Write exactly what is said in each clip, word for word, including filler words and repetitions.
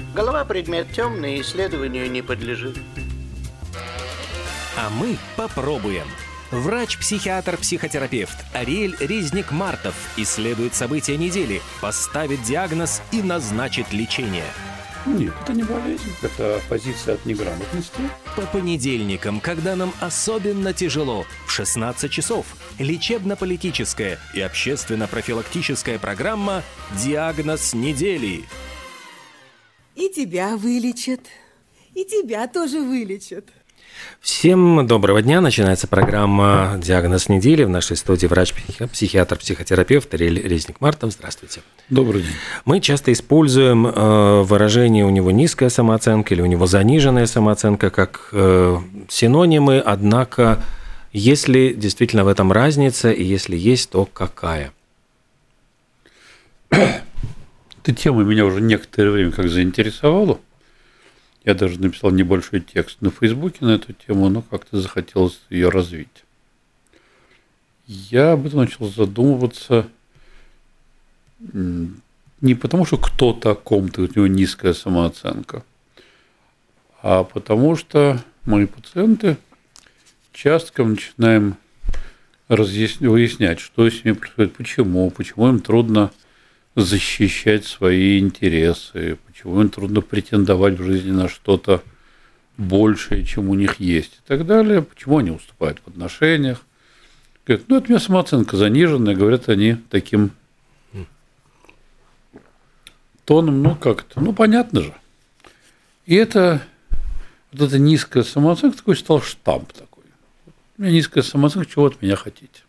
Голова предмет темный, исследованию не подлежит. А мы попробуем. Врач-психиатр-психотерапевт Ариэль Резник-Мартов исследует события недели, поставит диагноз и назначит лечение. Нет, это не болезнь, это позиция от неграмотности. По понедельникам, когда нам особенно тяжело, в шестнадцать часов, лечебно-политическая и общественно-профилактическая программа «Диагноз недели». И тебя вылечат, и тебя тоже вылечат. Всем доброго дня. Начинается программа «Диагноз недели». В нашей студии врач-психиатр-психотерапевт Ариэль Резник-Мартов. Здравствуйте. Добрый день. Мы часто используем э, выражение «у него низкая самооценка» или «у него заниженная самооценка» как э, синонимы, однако есть ли действительно в этом разница, и если есть, то какая? Эта тема меня уже некоторое время как заинтересовала. Я даже написал небольшой текст на Фейсбуке на эту тему, но как-то захотелось ее развить. Я об этом начал задумываться не потому, что кто-то о ком-то, у него низкая самооценка, а потому что мои пациенты часто начинаем разъяснять, выяснять, что с ними происходит, почему, почему им трудно защищать свои интересы, почему им трудно претендовать в жизни на что-то большее, чем у них есть и так далее, почему они уступают в отношениях. Говорят, ну, это у меня самооценка заниженная, говорят они таким тоном, ну, как это, ну, понятно же. И это, вот эта низкая самооценка, такой стал штамп такой. У меня низкая самооценка, чего от меня хотите?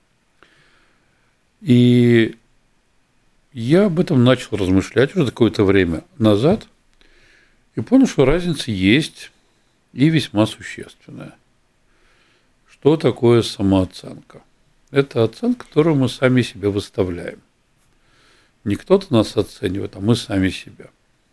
И я об этом начал размышлять уже какое-то время назад и понял, что разница есть и весьма существенная. Что такое самооценка? Это оценка, которую мы сами себе выставляем. Не кто-то нас оценивает, а мы сами себя.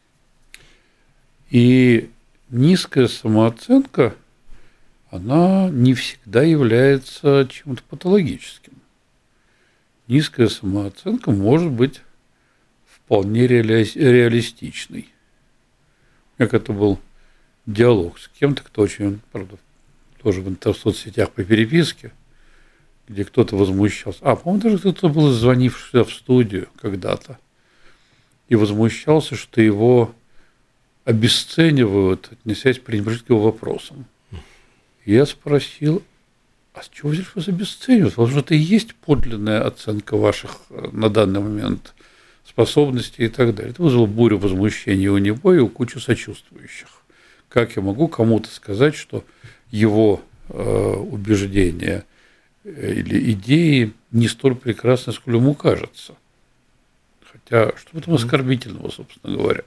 И низкая самооценка, она не всегда является чем-то патологическим. Низкая самооценка может быть вполне реали... реалистичный. У меня как-то был диалог с кем-то, кто очень, правда, тоже в интернет-соцсетях по переписке, где кто-то возмущался. А, по-моему, даже кто-то был звонивший сюда в студию когда-то и возмущался, что его обесценивают, отнесясь пренебрежительно к его вопросам. И я спросил, а с чего здесь вас обесценивают? Потому что это и есть подлинная оценка ваших на данный момент способностей и так далее. Это вызвало бурю возмущения у него и у кучи сочувствующих. Как я могу кому-то сказать, что его э, убеждения или идеи не столь прекрасны, сколь ему кажется? Хотя, что в этом оскорбительного, собственно говоря?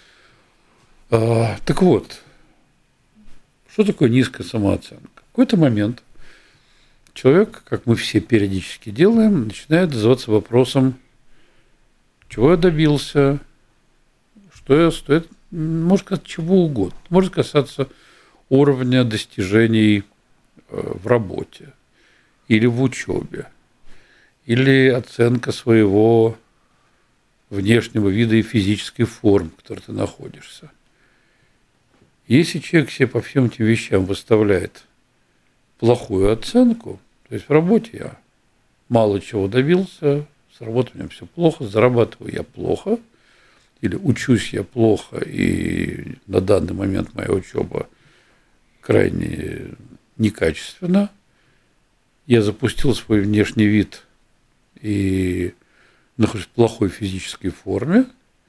А, так вот, что такое низкая самооценка? В какой-то момент человек, как мы все периодически делаем, начинает задаваться вопросом, чего я добился, что я стоит, может касаться чего угодно, может касаться уровня достижений в работе или в учебе, или оценка своего внешнего вида и физической формы, в которой ты находишься. Если человек себе по всем этим вещам выставляет плохую оценку, то есть в работе я мало чего добился, с работой у меня все плохо, зарабатываю я плохо, или учусь я плохо, и на данный момент моя учеба крайне некачественна, я запустил свой внешний вид и нахожусь в плохой физической форме,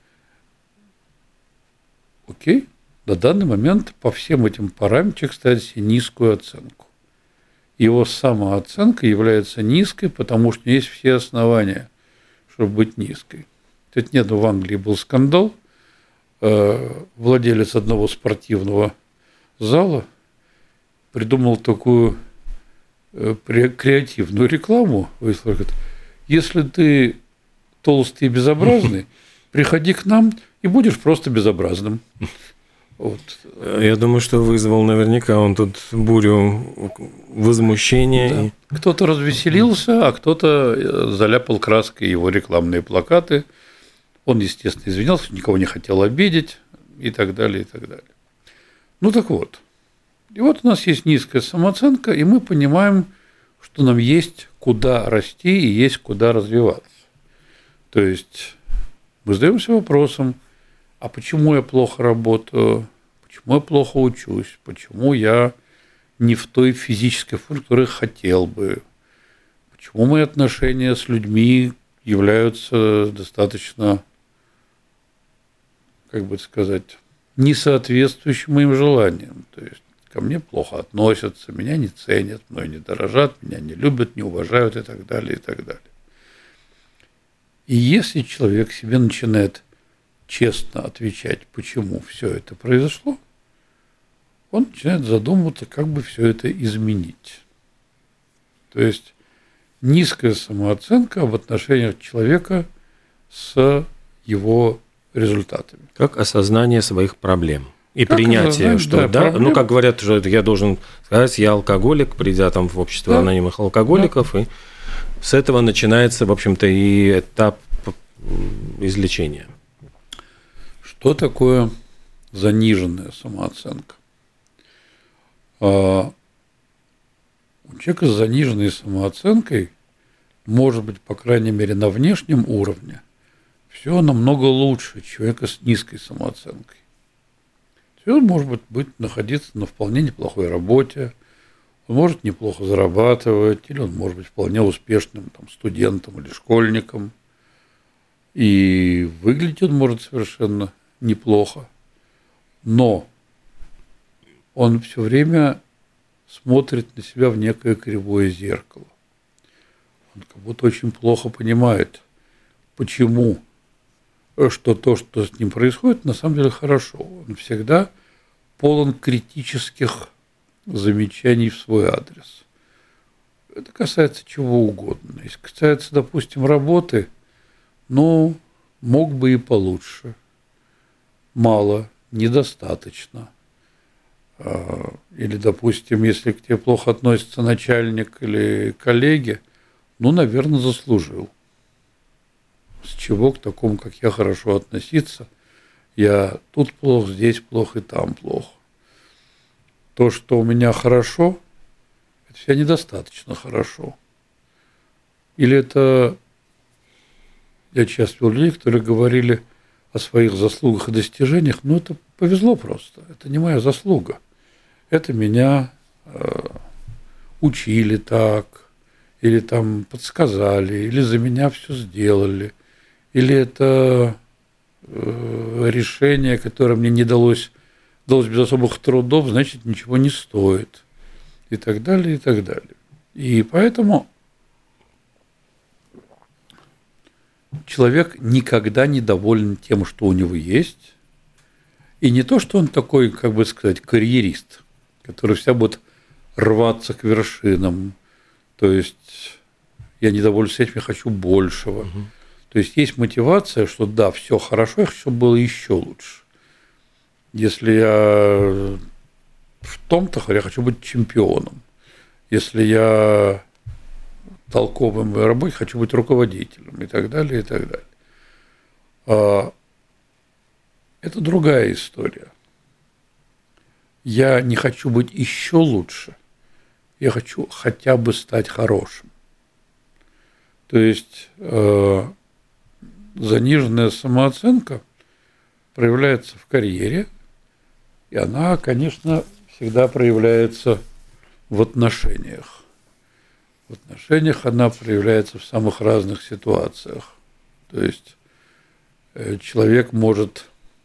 окей, на данный момент по всем этим параметрам человек ставит себе низкую оценку. Его самооценка является низкой, потому что есть все основания, чтобы быть низкой. Тут нет, в Англии был скандал. Владелец одного спортивного зала придумал такую креативную рекламу. Если ты толстый и безобразный, приходи к нам и будешь просто безобразным. Вот. Я думаю, что вызвал наверняка он тут бурю возмущения. Да. Кто-то развеселился, а кто-то заляпал краской его рекламные плакаты. Он, естественно, извинялся, никого не хотел обидеть. и так далее, и так далее. Ну так вот. И вот у нас есть низкая самооценка, и мы понимаем, что нам есть куда расти и есть куда развиваться. То есть мы задаемся вопросом, а почему я плохо работаю, почему я плохо учусь, почему я не в той физической форме, которой хотел бы, почему мои отношения с людьми являются достаточно, как бы сказать, несоответствующим моим желаниям. То есть ко мне плохо относятся, меня не ценят, мной не дорожат, меня не любят, не уважают и так далее, и так далее. И если человек себе начинает честно отвечать, почему все это произошло, он начинает задумываться, как бы все это изменить. То есть низкая самооценка в отношениях человека с его результатами. Как осознание своих проблем. И как принятие, что, да, да ну, как говорят, что я должен сказать, я алкоголик, придя там в общество да. анонимных алкоголиков, да. и с этого начинается, в общем-то, и этап излечения. Что такое заниженная самооценка? У человека с заниженной самооценкой, может быть, по крайней мере, на внешнем уровне, все намного лучше человека с низкой самооценкой. Он может быть, быть находиться на вполне неплохой работе, он может неплохо зарабатывать, или он может быть вполне успешным там, студентом или школьником, и выглядеть он может совершенно неплохо, но он все время смотрит на себя в некое кривое зеркало. Он как будто очень плохо понимает, почему, что то, что с ним происходит, на самом деле хорошо. Он всегда полон критических замечаний в свой адрес. Это касается чего угодно. Если касается, допустим, работы, ну, мог бы и получше. Мало, недостаточно. Или, допустим, если к тебе плохо относится начальник или коллеги, ну, наверное, заслужил. С чего к такому, как я, хорошо относиться? Я тут плохо, здесь плохо и там плохо. То, что у меня хорошо, это все недостаточно хорошо. Или это... Я часто видел людей, которые говорили о своих заслугах и достижениях, но это повезло просто. Это не моя заслуга. Это меня э, учили так, или там подсказали, или за меня все сделали, или это э, решение, которое мне не далось, далось без особых трудов, значит, ничего не стоит, и так далее, и так далее. И поэтому человек никогда не доволен тем, что у него есть, и не то, что он такой, как бы сказать, карьерист, который вся будет рваться к вершинам, то есть я недоволен этим, я хочу большего. Угу. То есть есть мотивация, что да, все хорошо, я хочу, чтобы было еще лучше. Если я в том-то, я хочу быть чемпионом. Если я толковый в моей работе, хочу быть руководителем и так далее, и так далее. Это другая история. Я не хочу быть еще лучше, я хочу хотя бы стать хорошим. То есть э, заниженная самооценка проявляется в карьере, и она, конечно, всегда проявляется в отношениях. В отношениях она проявляется в самых разных ситуациях. То есть э, человек может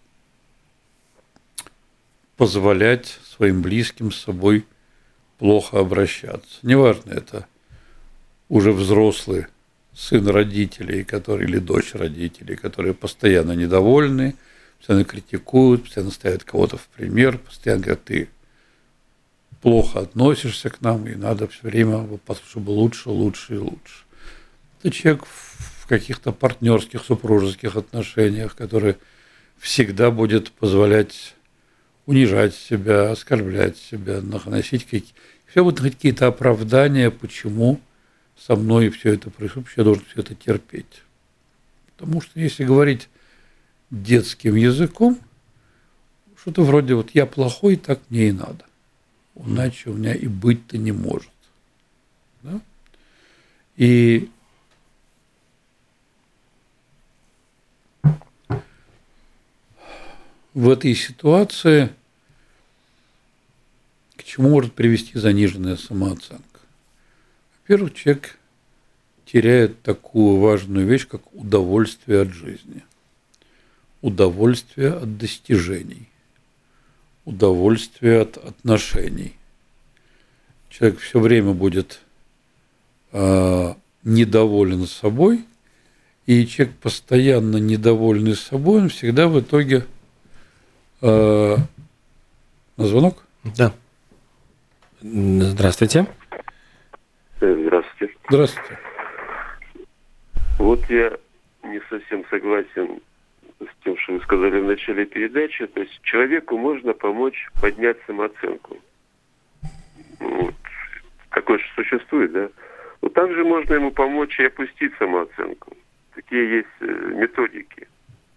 позволять своим близким с собой плохо обращаться. Неважно, это уже взрослый сын родителей, который, или дочь родителей, которые постоянно недовольны, постоянно критикуют, постоянно ставят кого-то в пример, постоянно говорят, ты плохо относишься к нам, и надо все время, чтобы лучше, лучше и лучше. Это человек в каких-то партнерских, супружеских отношениях, который всегда будет позволять унижать себя, оскорблять себя, наносить какие-то... Все будут какие-то оправдания, почему со мной все это происходит, почему я должен все это терпеть. Потому что, если говорить детским языком, Что-то вроде вот я плохой, так мне и надо. Иначе у меня и быть-то не может. Да? И в этой ситуации к чему может привести заниженная самооценка? Во-первых, человек теряет такую важную вещь, как удовольствие от жизни, удовольствие от достижений, удовольствие от отношений. Человек все время будет э, недоволен собой, и человек, постоянно недовольный собой, он всегда в итоге... Э, на звонок? Да. Здравствуйте. Здравствуйте. Здравствуйте. Вот я не совсем согласен с тем, что вы сказали в начале передачи. То есть человеку можно помочь поднять самооценку. Вот. Такое же существует, да? Но также можно ему помочь и опустить самооценку. Такие есть методики.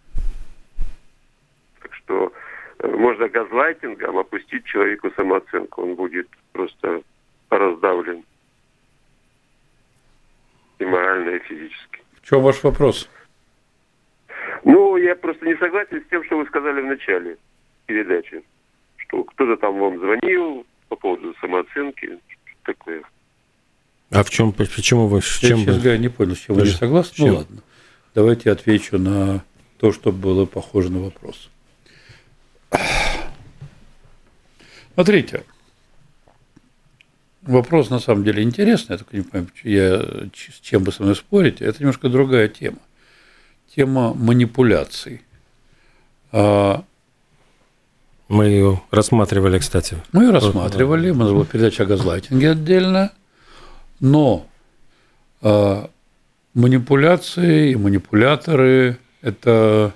Так что можно газлайтингом опустить человеку самооценку. Он будет просто раздавлен и морально, и физически. В чем ваш вопрос? Ну, я просто не согласен с тем, что вы сказали в начале передачи. Что кто-то там вам звонил по поводу самооценки. Что такое? А в чем, почему вы... С Я, чем честно вы... говоря, не понял, с чем вы не согласны. Ну, ладно. Давайте отвечу на то, что было похоже на вопрос. Смотрите. Вопрос на самом деле интересный. Я только не понимаю, я, с чем вы со мной спорите. Это немножко другая тема. Тема манипуляций. А... Мы ее рассматривали, кстати. Мы ее рассматривали. У нас была передача о газлайтинге отдельно. Но а, манипуляции и манипуляторы – это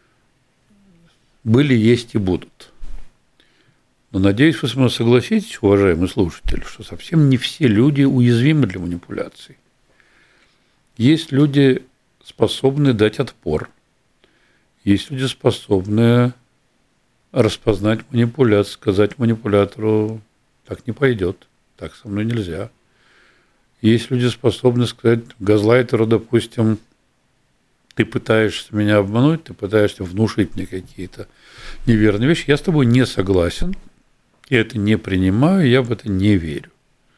были, есть и будут. Но, надеюсь, вы со мной согласитесь, уважаемый слушатель, что совсем не все люди уязвимы для манипуляций. Есть люди, способные дать отпор. Есть люди, способные распознать манипуляцию, сказать манипулятору: так не пойдет, так со мной нельзя. Есть люди, способные сказать газлайтеру, допустим: ты пытаешься меня обмануть, ты пытаешься внушить мне какие-то неверные вещи, я с тобой не согласен, я это не принимаю, я в это не верю.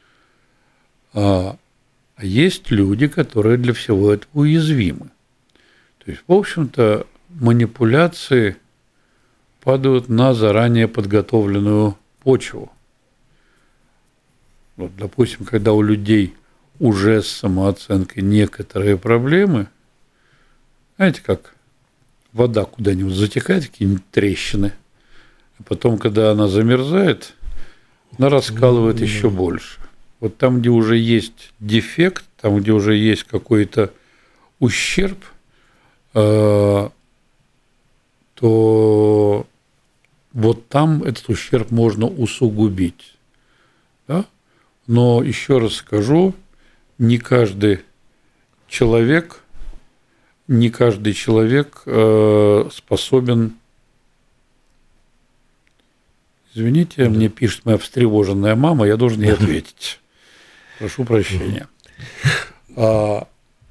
А есть люди, которые для всего этого уязвимы. То есть, в общем-то, манипуляции падают на заранее подготовленную почву. Вот, допустим, когда у людей уже с самооценкой некоторые проблемы, знаете, как вода куда-нибудь затекает, какие-нибудь трещины, а потом, когда она замерзает, она раскалывает mm-hmm. еще больше. Вот там, где уже есть дефект, там, где уже есть какой-то ущерб, э, то вот там этот ущерб можно усугубить. Да? Но еще раз скажу, не каждый человек, не каждый человек э, способен... Извините, да. Мне пишет моя встревоженная мама, я должен ей ответить. Прошу прощения. А,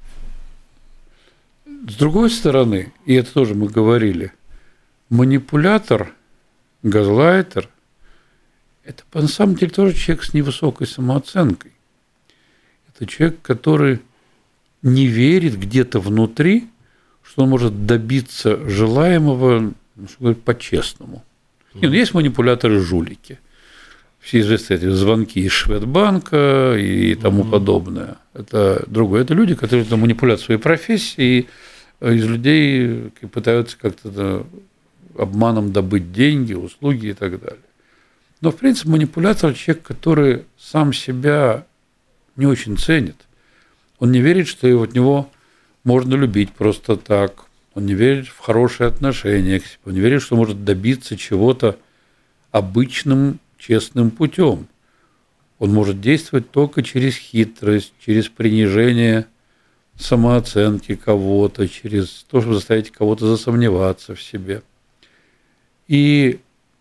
с другой стороны, и это тоже мы говорили, манипулятор, газлайтер – это на самом деле тоже человек с невысокой самооценкой. Это человек, который не верит где-то внутри, что он может добиться желаемого, ну, что говорить, по-честному. Mm-hmm. Нет, ну, есть манипуляторы-жулики. Все известные эти звонки из Шведбанка и тому mm-hmm. подобное. Это другое. Это люди, которые там манипулируют своей профессией, и из людей пытаются как-то обманом добыть деньги, услуги и так далее. Но, в принципе, манипулятор – человек, который сам себя не очень ценит. Он не верит, что от него можно любить просто так. Он не верит в хорошие отношения к себе. Он не верит, что может добиться чего-то обычным, честным путем. Он может действовать только через хитрость, через принижение самооценки кого-то, через то, чтобы заставить кого-то засомневаться в себе. И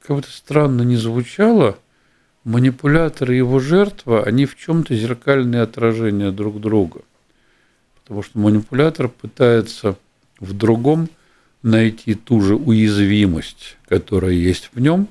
как бы это странно ни звучало, манипулятор и его жертва, они в чем-то зеркальные отражения друг друга. Потому что манипулятор пытается в другом найти ту же уязвимость, которая есть в нем,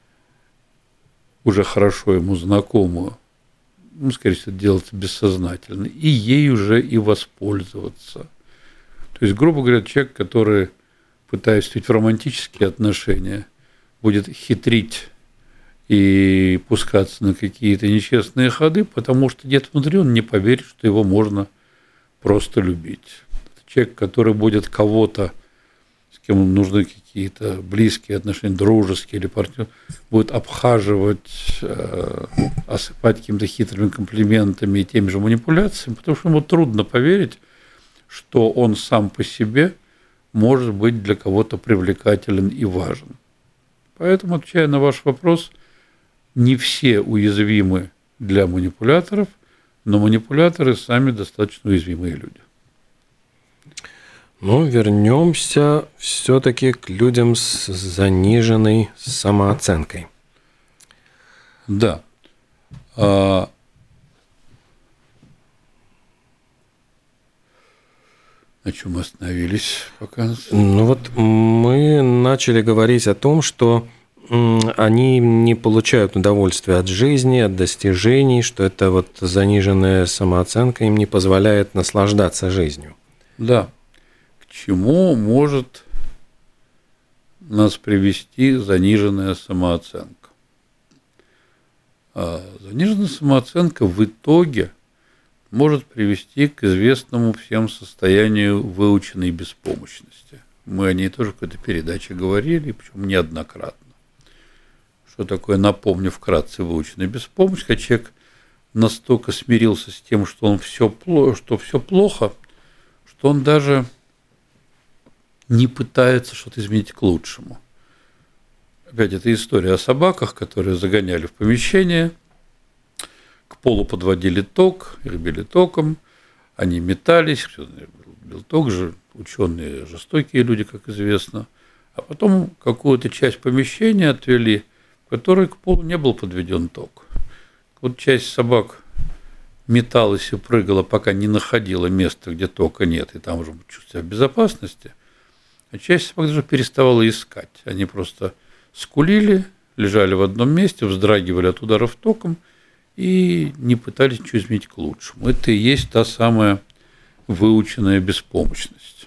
уже хорошо ему знакомую, ну, скорее всего, делается бессознательно, и ей уже и воспользоваться. То есть, грубо говоря, человек, который, пытаясь вступить в романтические отношения, будет хитрить и пускаться на какие-то нечестные ходы, потому что где-то внутри он не поверит, что его можно просто любить. Это человек, который будет кого-то, с кем нужны какие-то близкие отношения, дружеские или партнеры, будет обхаживать, осыпать какими-то хитрыми комплиментами и теми же манипуляциями, потому что ему трудно поверить, что он сам по себе может быть для кого-то привлекателен и важен. Поэтому, отвечая на ваш вопрос, не все уязвимы для манипуляторов, но манипуляторы сами достаточно уязвимые люди. Ну, вернемся все-таки к людям с заниженной самооценкой. Да. А... На чем мы остановились пока? Ну вот мы начали говорить о том, что они не получают удовольствия от жизни, от достижений, что это вот заниженная самооценка им не позволяет наслаждаться жизнью. Да. К чему может нас привести заниженная самооценка? А заниженная самооценка в итоге может привести к известному всем состоянию выученной беспомощности. Мы о ней тоже в какой-то передаче говорили, причем неоднократно. Что такое, напомню вкратце, выученная беспомощность, когда человек настолько смирился с тем, что он все плохо, что все плохо, что он даже не пытается что-то изменить к лучшему. Опять это история о собаках, которые загоняли в помещение, к полу подводили ток, их били током, они метались, бил ток же, ученые жестокие люди, как известно, а потом какую-то часть помещения отвели, в которой к полу не был подведен ток. Вот часть собак металась и прыгала, пока не находила места, где тока нет, и там уже чувствовала себя в безопасности, а часть собак даже переставала искать. Они просто скулили, лежали в одном месте, вздрагивали от ударов током и не пытались ничего изменить к лучшему. Это и есть та самая выученная беспомощность.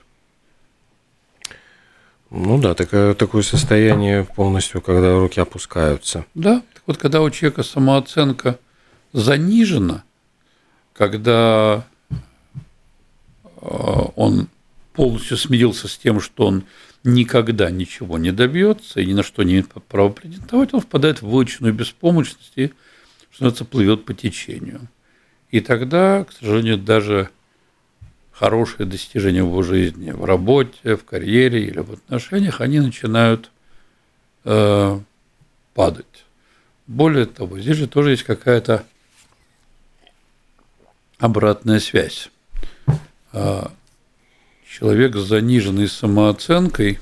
Ну да, такое, такое состояние полностью, когда руки опускаются. Да, так вот, когда у человека самооценка занижена, когда он полностью смирился с тем, что он никогда ничего не добьется и ни на что не имеет права претендовать, он впадает в выученную беспомощность и, что называется, плывет по течению. И тогда, к сожалению, даже хорошие достижения в его жизни, в работе, в карьере или в отношениях, они начинают э, падать. Более того, здесь же тоже есть какая-то обратная связь. Человек с заниженной самооценкой,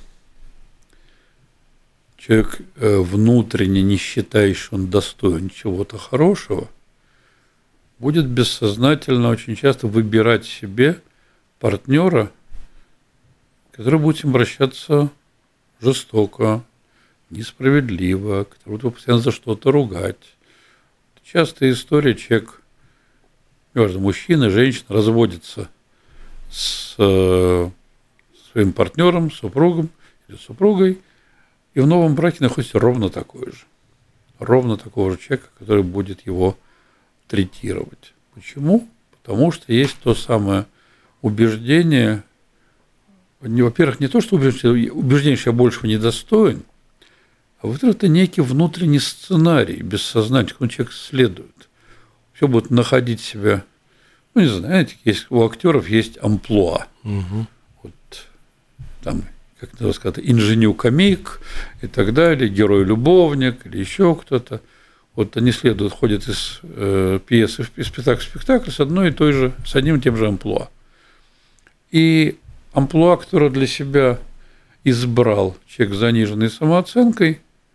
человек внутренне не считающий, что он достоин чего-то хорошего, будет бессознательно очень часто выбирать себе партнера, который будет с ним обращаться жестоко, несправедливо, который будет постоянно за что-то ругать. Частая история, человек, неважно, мужчина, женщина, разводится с своим партнером, супругом или супругой, и в новом браке находится ровно такой же, ровно такого же человека, который будет его третировать. Почему? Потому что есть то самое убеждение, во-первых, не то, что убеждение, убеждение, что я большего не достоин, а во-вторых, это некий внутренний сценарий, бессознательный, он человек следует. Все будет находить себя, ну, не знаете, есть, у актеров есть амплуа. Угу. Вот там, как надо сказать, инженю-комик и так далее, герой-любовник или еще кто-то. Вот они следуют, ходят из э, пьесы в спектакль в спектакль с одной и той же, с одним и тем же амплуа. И амплуа, которое для себя избрал человек с заниженной самооценкой,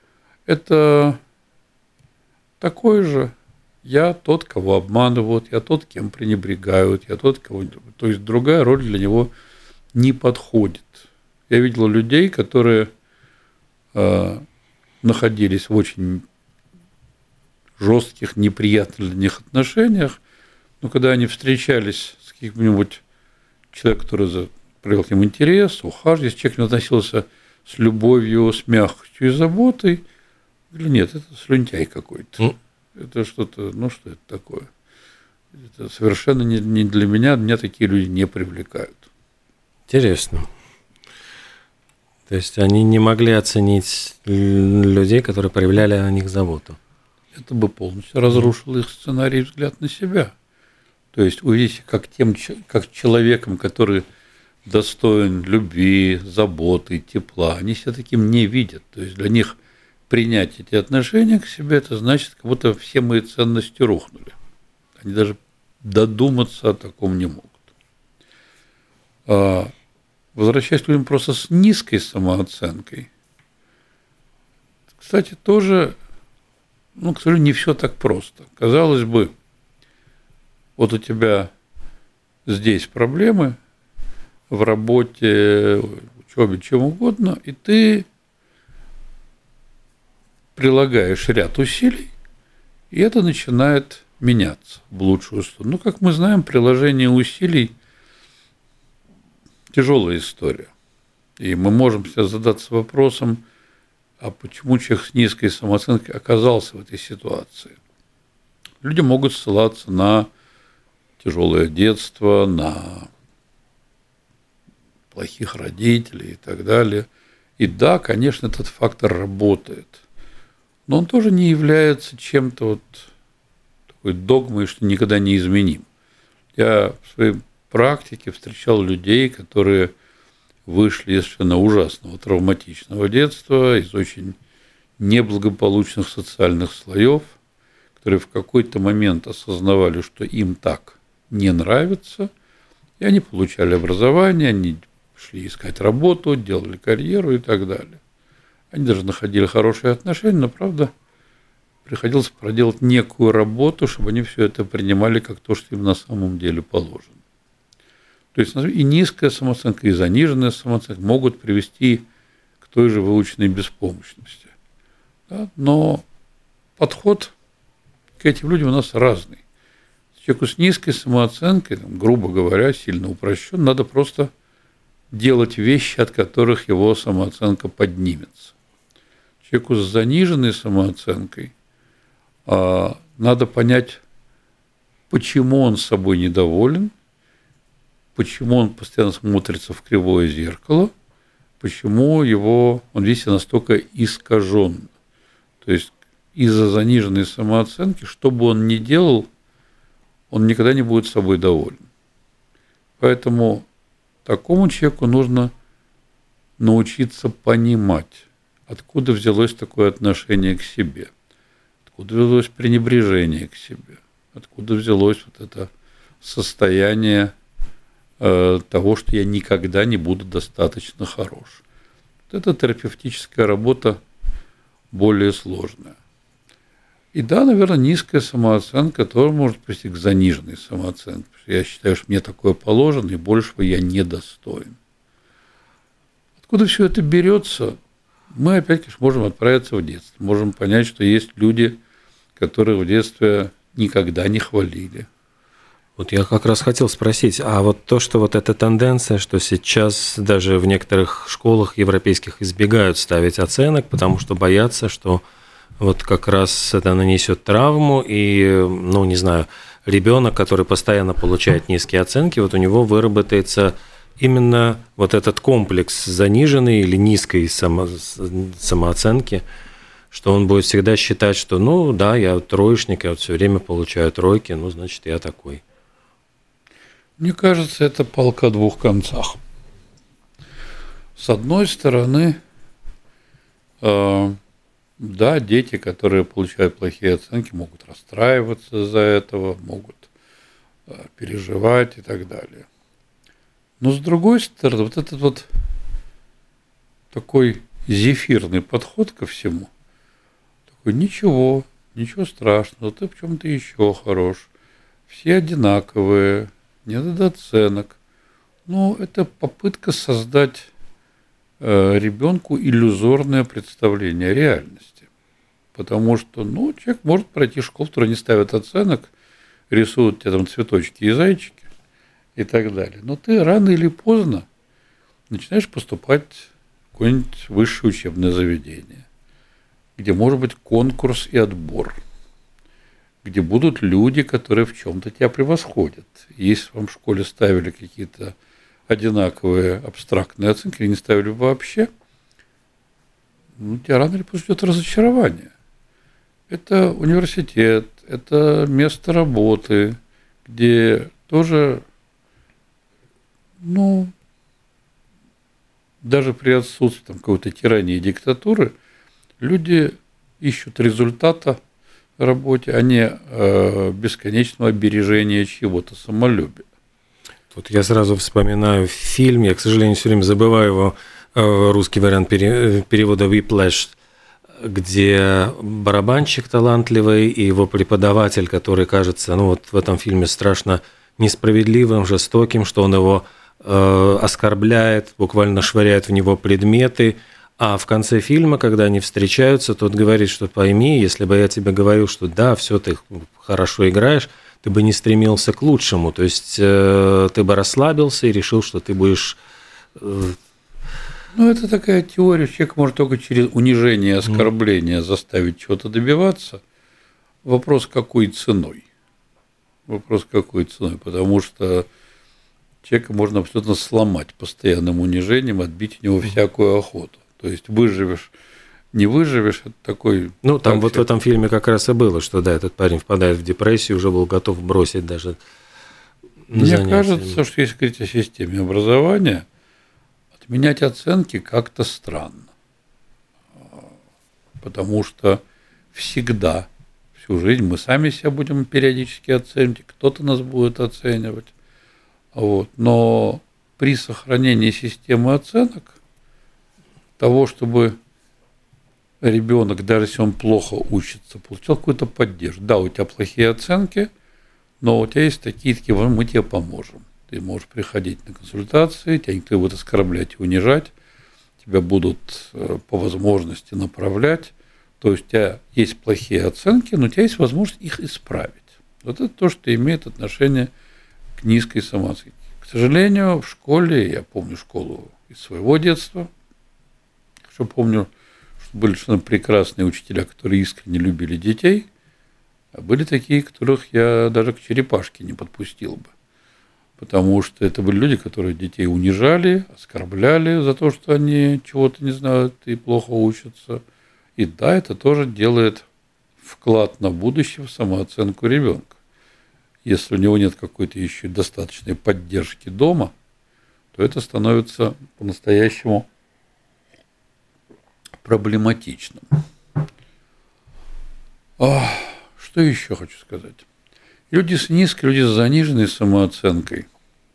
это такой же я тот, кого обманывают, я тот, кем пренебрегают, я тот, кого... То есть другая роль для него не подходит. Я видел людей, которые э, находились в очень жестких, неприятных для них отношениях, но когда они встречались с каким-нибудь человеком, который проявил к ним интерес, ухаживал, если человек не относился с любовью, с мягкостью и заботой, или нет, это слюнтяй какой-то. Mm. Это что-то, ну что это такое? Это совершенно не, не для меня, меня такие люди не привлекают. Интересно. То есть они не могли оценить людей, которые проявляли о них заботу. Это бы полностью разрушило их сценарий и взгляд на себя. То есть увидите, как тем, как человеком, который достоин любви, заботы, тепла, они себя таким не видят. То есть для них принять эти отношения к себе, это значит, как будто все мои ценности рухнули. Они даже додуматься о таком не могут. А, возвращаясь к людям просто с низкой самооценкой, кстати, тоже, ну, к сожалению, не все так просто. Казалось бы, вот у тебя здесь проблемы в работе, учебе, чем угодно, и ты прилагаешь ряд усилий, и это начинает меняться в лучшую сторону. Ну, как мы знаем, приложение усилий – тяжелая история. И мы можем себе задаться вопросом, а почему человек с низкой самооценкой оказался в этой ситуации? Люди могут ссылаться на тяжелое детство, на плохих родителей и так далее. И да, конечно, этот фактор работает. Но он тоже не является чем-то вот такой догмой, что никогда не изменим. Я в своей практике встречал людей, которые вышли из совершенно ужасного травматичного детства, из очень неблагополучных социальных слоев, которые в какой-то момент осознавали, что им так не нравится, и они получали образование, они шли искать работу, делали карьеру и так далее. Они даже находили хорошие отношения, но, правда, приходилось проделать некую работу, чтобы они все это принимали как то, что им на самом деле положено. То есть и низкая самооценка, и заниженная самооценка могут привести к той же выученной беспомощности. Да? Но подход к этим людям у нас разный. Человеку с низкой самооценкой, грубо говоря, сильно упрощенно, надо просто делать вещи, от которых его самооценка поднимется. Человеку с заниженной самооценкой а, надо понять, почему он собой недоволен, почему он постоянно смотрится в кривое зеркало, почему его, он весь настолько искажен. То есть из-за заниженной самооценки, что бы он ни делал, он никогда не будет собой доволен. Поэтому такому человеку нужно научиться понимать, откуда взялось такое отношение к себе, откуда взялось пренебрежение к себе, откуда взялось вот это состояние э, того, что я никогда не буду достаточно хорош. Вот это терапевтическая работа более сложная. И да, наверное, низкая самооценка тоже может привести к заниженной самооценке. Я считаю, что мне такое положено, и большего я не достоин. Откуда все это берется? Мы опять, конечно, можем отправиться в детство. Можем понять, что есть люди, которые в детстве никогда не хвалили. Вот я как раз хотел спросить, а вот то, что вот эта тенденция, что сейчас даже в некоторых школах европейских избегают ставить оценок, потому что боятся, что вот как раз это нанесет травму, и, ну, не знаю, ребенок, который постоянно получает низкие оценки, вот у него выработается именно вот этот комплекс заниженной или низкой само, самооценки, что он будет всегда считать, что, ну, да, я троечник, я вот все время получаю тройки, ну, значит, я такой. Мне кажется, это палка о двух концах. С одной стороны, э, да, дети, которые получают плохие оценки, могут расстраиваться из-за этого, могут э, переживать и так далее. Но с другой стороны, вот этот вот такой зефирный подход ко всему, такой, ничего, ничего страшного, ты в чем-то еще хорош. Все одинаковые, не надо оценок. Но это попытка создать э, ребенку иллюзорное представление о реальности. Потому что, ну, человек может пройти школу, в которой не ставят оценок, рисуют тебе там цветочки и зайчики и так далее. Но ты рано или поздно начинаешь поступать в какое-нибудь высшее учебное заведение, где может быть конкурс и отбор, где будут люди, которые в чем-то тебя превосходят. Если вам в школе ставили какие-то одинаковые абстрактные оценки, или не ставили вообще, ну, тебя рано или поздно ждет разочарование. Это университет, это место работы, где тоже, ну, даже при отсутствии там, какой-то тирании и диктатуры, люди ищут результата в работе, а не э, бесконечного обережения чьего-то самолюбия. Вот я сразу вспоминаю фильм, я, к сожалению, все время забываю его, э, русский вариант пере, перевода «Whiplash», где барабанщик талантливый и его преподаватель, который кажется, ну вот в этом фильме страшно несправедливым, жестоким, что он его э, оскорбляет, буквально швыряет в него предметы, а в конце фильма, когда они встречаются, тот говорит, что пойми, если бы я тебе говорил, что да, все, ты хорошо играешь, ты бы не стремился к лучшему, то есть э, ты бы расслабился и решил, что ты будешь... Э... Ну, это такая теория, человек может только через унижение и оскорбление mm. заставить чего-то добиваться. Вопрос, какой ценой? Вопрос, какой ценой, потому что человека можно абсолютно сломать постоянным унижением, отбить у него всякую охоту. То есть выживешь, не выживешь, это такой... Ну, там вот в этом фильме как раз и было, что да, этот парень впадает в депрессию, уже был готов бросить даже Мне кажется, что если говорить о системе образования, отменять оценки как-то странно. Потому что всегда, всю жизнь мы сами себя будем периодически оценивать, кто-то нас будет оценивать. Вот. Но при сохранении системы оценок, того, чтобы ребенок, даже если он плохо учится, получал какую-то поддержку. Да, у тебя плохие оценки, но у тебя есть такие, такие, мы тебе поможем. Ты можешь приходить на консультации, тебя никто не будет оскорблять и унижать, тебя будут по возможности направлять. То есть у тебя есть плохие оценки, но у тебя есть возможность их исправить. Вот это то, что имеет отношение к низкой самооценке. К сожалению, в школе, я помню школу из своего детства, что помню, что были совершенно прекрасные учителя, которые искренне любили детей, а были такие, которых я даже к черепашке не подпустил бы. Потому что это были люди, которые детей унижали, оскорбляли за то, что они чего-то не знают и плохо учатся. И да, это тоже делает вклад на будущее в самооценку ребенка. Если у него нет какой-то еще достаточной поддержки дома, то это становится по-настоящему проблематичным. А, что еще хочу сказать? Люди с низкой, люди с заниженной самооценкой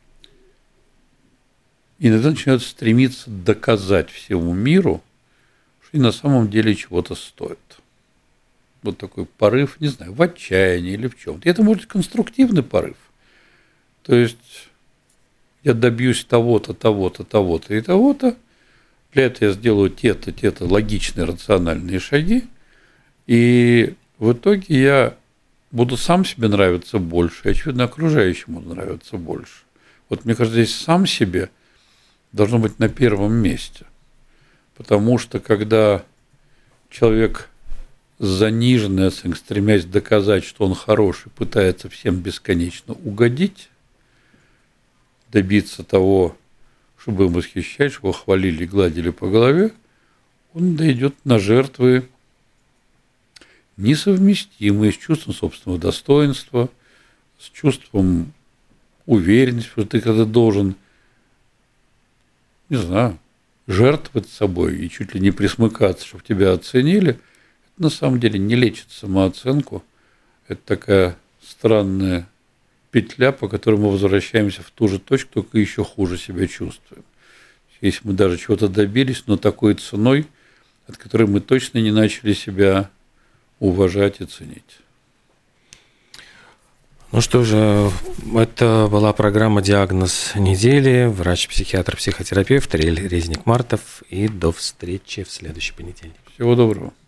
иногда начинают стремиться доказать всему миру, что они на самом деле чего-то стоят. Вот такой порыв, не знаю, в отчаянии или в чем-то. И это может быть конструктивный порыв. То есть я добьюсь того-то, того-то, того-то и того-то. Для этого я сделаю те-то, те-то логичные, рациональные шаги. И в итоге я буду сам себе нравиться больше, и, очевидно, окружающему нравиться больше. Вот мне кажется, здесь сам себе должно быть на первом месте. Потому что когда человек с заниженной оценкой, стремясь доказать, что он хороший, пытается всем бесконечно угодить, добиться того, чтобы им восхищать, чтобы его хвалили и гладили по голове, он дойдет на жертвы, несовместимые с чувством собственного достоинства, с чувством уверенности, что ты когда должен, не знаю, жертвовать собой и чуть ли не присмыкаться, чтобы тебя оценили, это на самом деле не лечит самооценку. Это такая странная петля, по которой мы возвращаемся в ту же точку, только еще хуже себя чувствуем. Если мы даже чего-то добились, но такой ценой, от которой мы точно не начали себя уважать и ценить. Ну что же, это была программа «Диагноз недели». Врач-психиатр, психотерапевт Ариэль Резник-Мартов. И до встречи в следующий понедельник. Всего доброго.